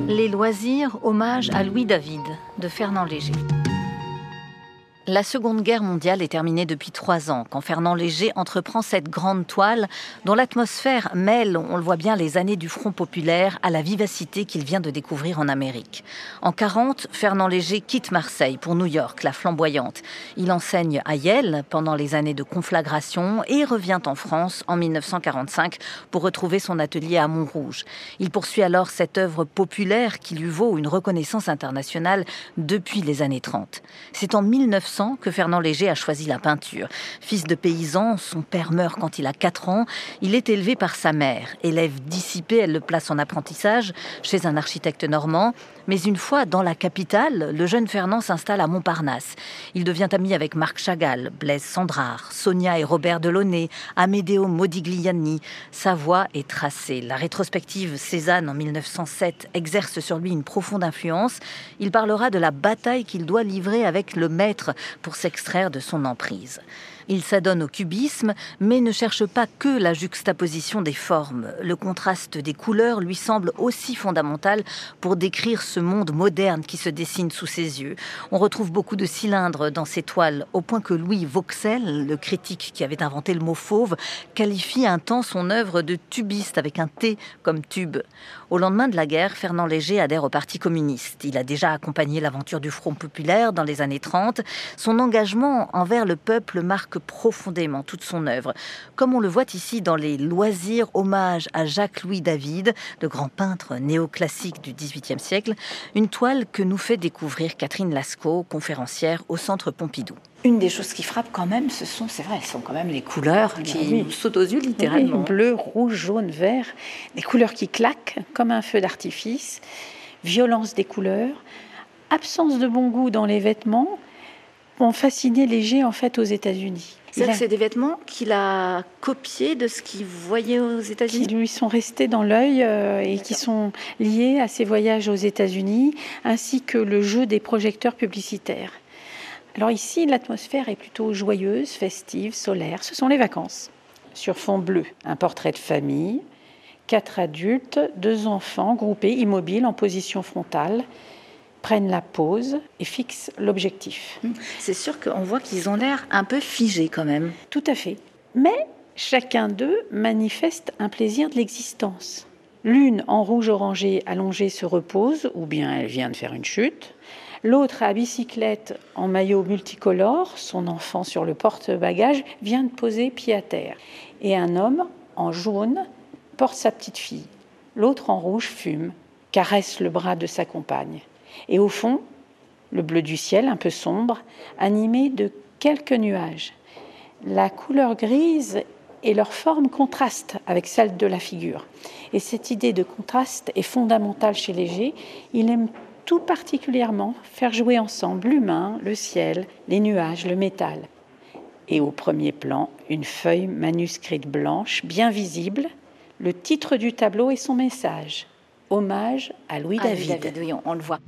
Les loisirs, hommage à Louis David, de Fernand Léger. La Seconde Guerre mondiale est terminée depuis 3 ans, quand Fernand Léger entreprend cette grande toile dont l'atmosphère mêle, on le voit bien, les années du Front populaire à la vivacité qu'il vient de découvrir en Amérique. En 1940, Fernand Léger quitte Marseille pour New York, la flamboyante. Il enseigne à Yale pendant les années de conflagration et revient en France en 1945 pour retrouver son atelier à Montrouge. Il poursuit alors cette œuvre populaire qui lui vaut une reconnaissance internationale depuis les années 30. C'est en 1900 que Fernand Léger a choisi la peinture. Fils de paysan, son père meurt quand il a 4 ans. Il est élevé par sa mère. Élève dissipé, elle le place en apprentissage chez un architecte normand. Mais une fois dans la capitale, le jeune Fernand s'installe à Montparnasse. Il devient ami avec Marc Chagall, Blaise Cendrars, Sonia et Robert Delaunay, Amedeo Modigliani. Sa voie est tracée. La rétrospective Cézanne en 1907 exerce sur lui une profonde influence. Il parlera de la bataille qu'il doit livrer avec le maître pour s'extraire de son emprise. Il s'adonne au cubisme, mais ne cherche pas que la juxtaposition des formes. Le contraste des couleurs lui semble aussi fondamental pour décrire ce monde moderne qui se dessine sous ses yeux. On retrouve beaucoup de cylindres dans ses toiles, au point que Louis Vauxhall, le critique qui avait inventé le mot fauve, qualifie un temps son œuvre de tubiste avec un T comme tube. Au lendemain de la guerre, Fernand Léger adhère au Parti communiste. Il a déjà accompagné l'aventure du Front populaire dans les années 30. Son engagement envers le peuple marque profondément toute son œuvre. Comme on le voit ici dans les loisirs, hommage à Jacques-Louis David, le grand peintre néoclassique du XVIIIe siècle, une toile que nous fait découvrir Catherine Lascaux, conférencière au Centre Pompidou. Une des choses qui frappe quand même, ce sont quand même les couleurs qui nous sautent aux yeux littéralement. Oui, bleu, rouge, jaune, vert, des couleurs qui claquent comme un feu d'artifice, violence des couleurs, absence de bon goût dans les vêtements ont fasciné Léger en fait aux États-Unis. C'est des vêtements qu'il a copiés de ce qu'il voyait aux États-Unis. Qui lui sont restés dans l'œil et qui sont liés à ses voyages aux États-Unis, ainsi que le jeu des projecteurs publicitaires. Alors ici, l'atmosphère est plutôt joyeuse, festive, solaire. Ce sont les vacances. Sur fond bleu, un portrait de famille, 4 adultes, 2 enfants groupés, immobiles, en position frontale, prennent la pose et fixent l'objectif. C'est sûr qu'on voit qu'ils ont l'air un peu figés quand même. Tout à fait. Mais chacun d'eux manifeste un plaisir de l'existence. L'une, en rouge orangé allongée, se repose, ou bien elle vient de faire une chute. L'autre, à bicyclette, en maillot multicolore, son enfant sur le porte-bagages, vient de poser pied à terre. Et un homme, en jaune, porte sa petite fille. L'autre, en rouge, fume, caresse le bras de sa compagne. Et au fond, le bleu du ciel, un peu sombre, animé de quelques nuages. La couleur grise et leur forme contrastent avec celle de la figure. Et cette idée de contraste est fondamentale chez Léger. Il aime tout particulièrement faire jouer ensemble l'humain, le ciel, les nuages, le métal. Et au premier plan, une feuille manuscrite blanche, bien visible, le titre du tableau et son message. Hommage à Louis David. Oui, on le voit.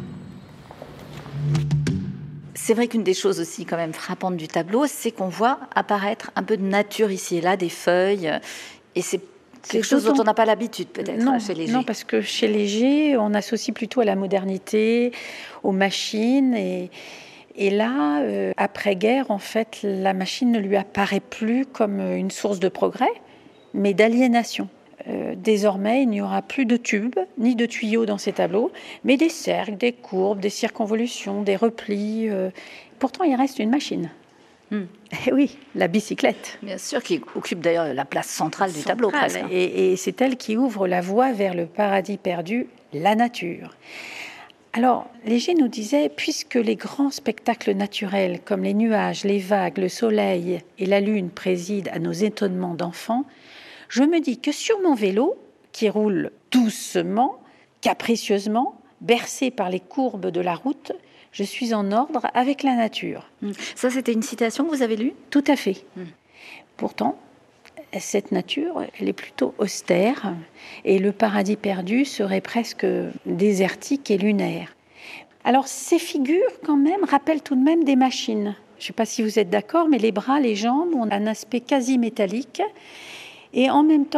C'est vrai qu'une des choses aussi quand même frappantes du tableau, c'est qu'on voit apparaître un peu de nature ici et là, des feuilles, et c'est quelque chose dont on n'a pas l'habitude peut-être chez Léger. Non, parce que chez Léger, on associe plutôt à la modernité, aux machines. Et là, après-guerre, en fait, la machine ne lui apparaît plus comme une source de progrès, mais d'aliénation. Désormais, il n'y aura plus de tubes ni de tuyaux dans ces tableaux, mais des cercles, des courbes, des circonvolutions, des replis. Pourtant, il reste une machine. Et oui, la bicyclette. Bien sûr, qui occupe d'ailleurs la place centrale du tableau. Presque. Et c'est elle qui ouvre la voie vers le paradis perdu, la nature. Alors, Léger nous disait, puisque les grands spectacles naturels, comme les nuages, les vagues, le soleil et la lune président à nos étonnements d'enfants, je me dis que sur mon vélo, qui roule doucement, capricieusement, bercé par les courbes de la route, je suis en ordre avec la nature. Ça, c'était une citation que vous avez lue ? Tout à fait. Pourtant, cette nature, elle est plutôt austère et le paradis perdu serait presque désertique et lunaire. Alors, ces figures, quand même, rappellent tout de même des machines. Je ne sais pas si vous êtes d'accord, mais les bras, les jambes ont un aspect quasi métallique. Et en même temps,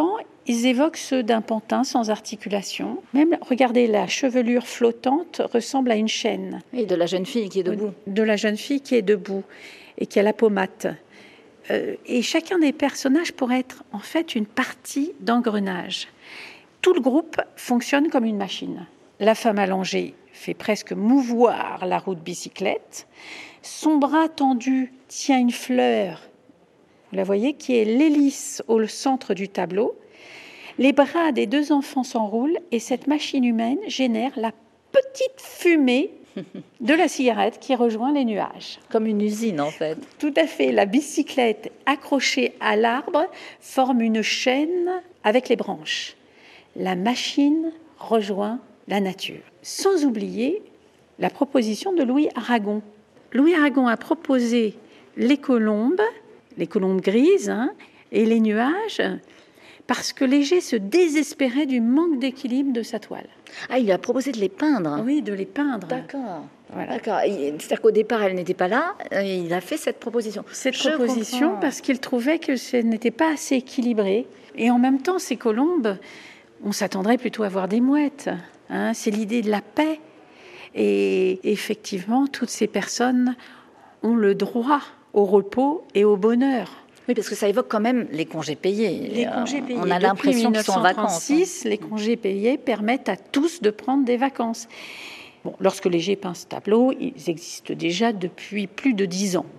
ils évoquent ceux d'un pantin sans articulation. Même, regardez, la chevelure flottante ressemble à une chaîne. Et de la jeune fille qui est debout. De la jeune fille qui est debout et qui a la peau mate. Et chacun des personnages pourrait être en fait une partie d'engrenage. Tout le groupe fonctionne comme une machine. La femme allongée fait presque mouvoir la roue de bicyclette. Son bras tendu tient une fleur, vous la voyez, qui est l'hélice au centre du tableau. Les bras des deux enfants s'enroulent et cette machine humaine génère la petite fumée de la cigarette qui rejoint les nuages. Comme une usine, en fait. Tout à fait. La bicyclette accrochée à l'arbre forme une chaîne avec les branches. La machine rejoint la nature. Sans oublier la proposition de Louis Aragon. Louis Aragon a proposé les colombes grises et les nuages, parce que Léger se désespérait du manque d'équilibre de sa toile. Ah, il a proposé de les peindre. Oui, de les peindre. D'accord. Voilà. D'accord. C'est-à-dire qu'au départ, elle n'était pas là, et il a fait cette proposition. Parce qu'il trouvait que ce n'était pas assez équilibré. Et en même temps, ces colombes, on s'attendrait plutôt à voir des mouettes. C'est l'idée de la paix. Et effectivement, toutes ces personnes ont le droit au repos et au bonheur. Oui, parce que ça évoque quand même les congés payés. Les congés payés. On a l'impression qu'ils sont en vacances. Les congés payés permettent à tous de prendre des vacances. Bon, lorsque Léger peint ce tableau, ils existent déjà depuis plus de 10 ans.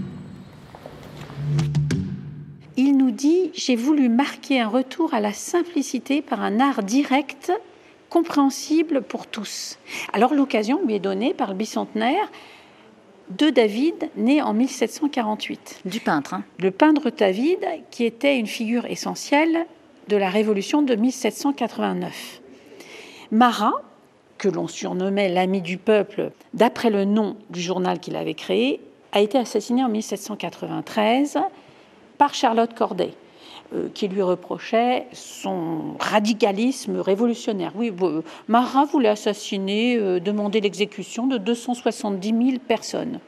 Il nous dit « J'ai voulu marquer un retour à la simplicité par un art direct, compréhensible pour tous. » Alors l'occasion lui est donnée par le bicentenaire de David, né en 1748. Du peintre. Le peintre David, qui était une figure essentielle de la Révolution de 1789. Marat, que l'on surnommait l'ami du peuple, d'après le nom du journal qu'il avait créé, a été assassiné en 1793 par Charlotte Corday, qui lui reprochait son radicalisme révolutionnaire. Oui, Marat voulait assassiner, demander l'exécution de 270 000 personnes.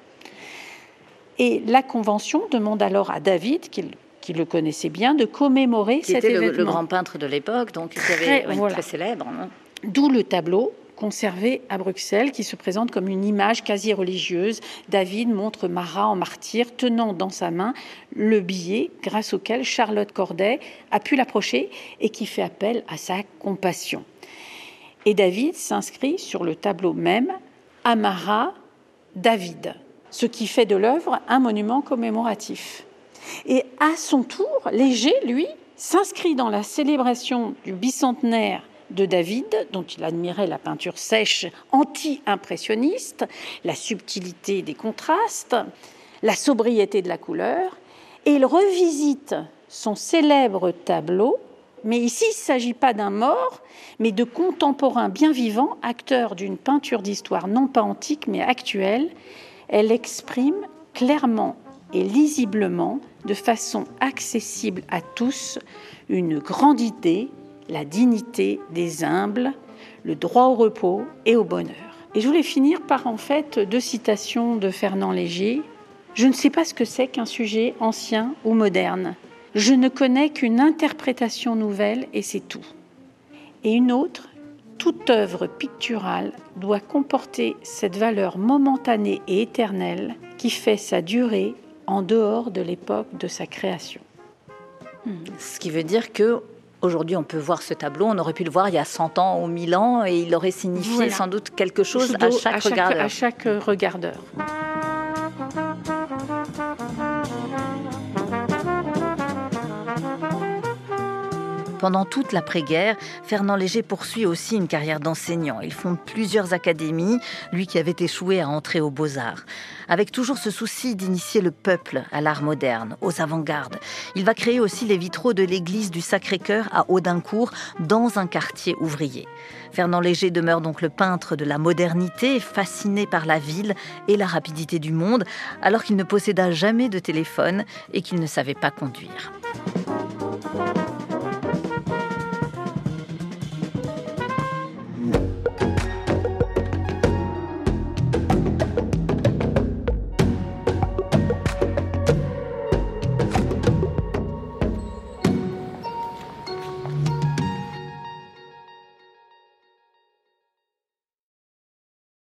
Et la Convention demande alors à David, qui le connaissait bien, de commémorer cet événement. Qui était le grand peintre de l'époque, donc très célèbre. D'où le tableau conservé à Bruxelles, qui se présente comme une image quasi religieuse. David montre Marat en martyr, tenant dans sa main le billet grâce auquel Charlotte Corday a pu l'approcher et qui fait appel à sa compassion. Et David s'inscrit sur le tableau même à Marat, David, ce qui fait de l'œuvre un monument commémoratif. Et à son tour, Léger, lui, s'inscrit dans la célébration du bicentenaire de David, dont il admirait la peinture sèche anti-impressionniste, la subtilité des contrastes, la sobriété de la couleur, et il revisite son célèbre tableau, mais ici il ne s'agit pas d'un mort, mais de contemporains bien vivants, acteurs d'une peinture d'histoire non pas antique mais actuelle. Elle exprime clairement et lisiblement, de façon accessible à tous, une grande idée, la dignité des humbles, le droit au repos et au bonheur. Et je voulais finir par en fait 2 citations de Fernand Léger. « Je ne sais pas ce que c'est qu'un sujet ancien ou moderne. Je ne connais qu'une interprétation nouvelle et c'est tout. » Et une autre, « Toute œuvre picturale doit comporter cette valeur momentanée et éternelle qui fait sa durée en dehors de l'époque de sa création. » Ce qui veut dire que aujourd'hui, on peut voir ce tableau, on aurait pu le voir il y a 100 ans ou 1000 ans et il aurait signifié sans doute quelque chose à chaque regardeur. À chaque regardeur. Pendant toute l'après-guerre, Fernand Léger poursuit aussi une carrière d'enseignant. Il fonde plusieurs académies, lui qui avait échoué à entrer aux Beaux-Arts. Avec toujours ce souci d'initier le peuple à l'art moderne, aux avant-gardes. Il va créer aussi les vitraux de l'église du Sacré-Cœur à Audincourt, dans un quartier ouvrier. Fernand Léger demeure donc le peintre de la modernité, fasciné par la ville et la rapidité du monde, alors qu'il ne posséda jamais de téléphone et qu'il ne savait pas conduire.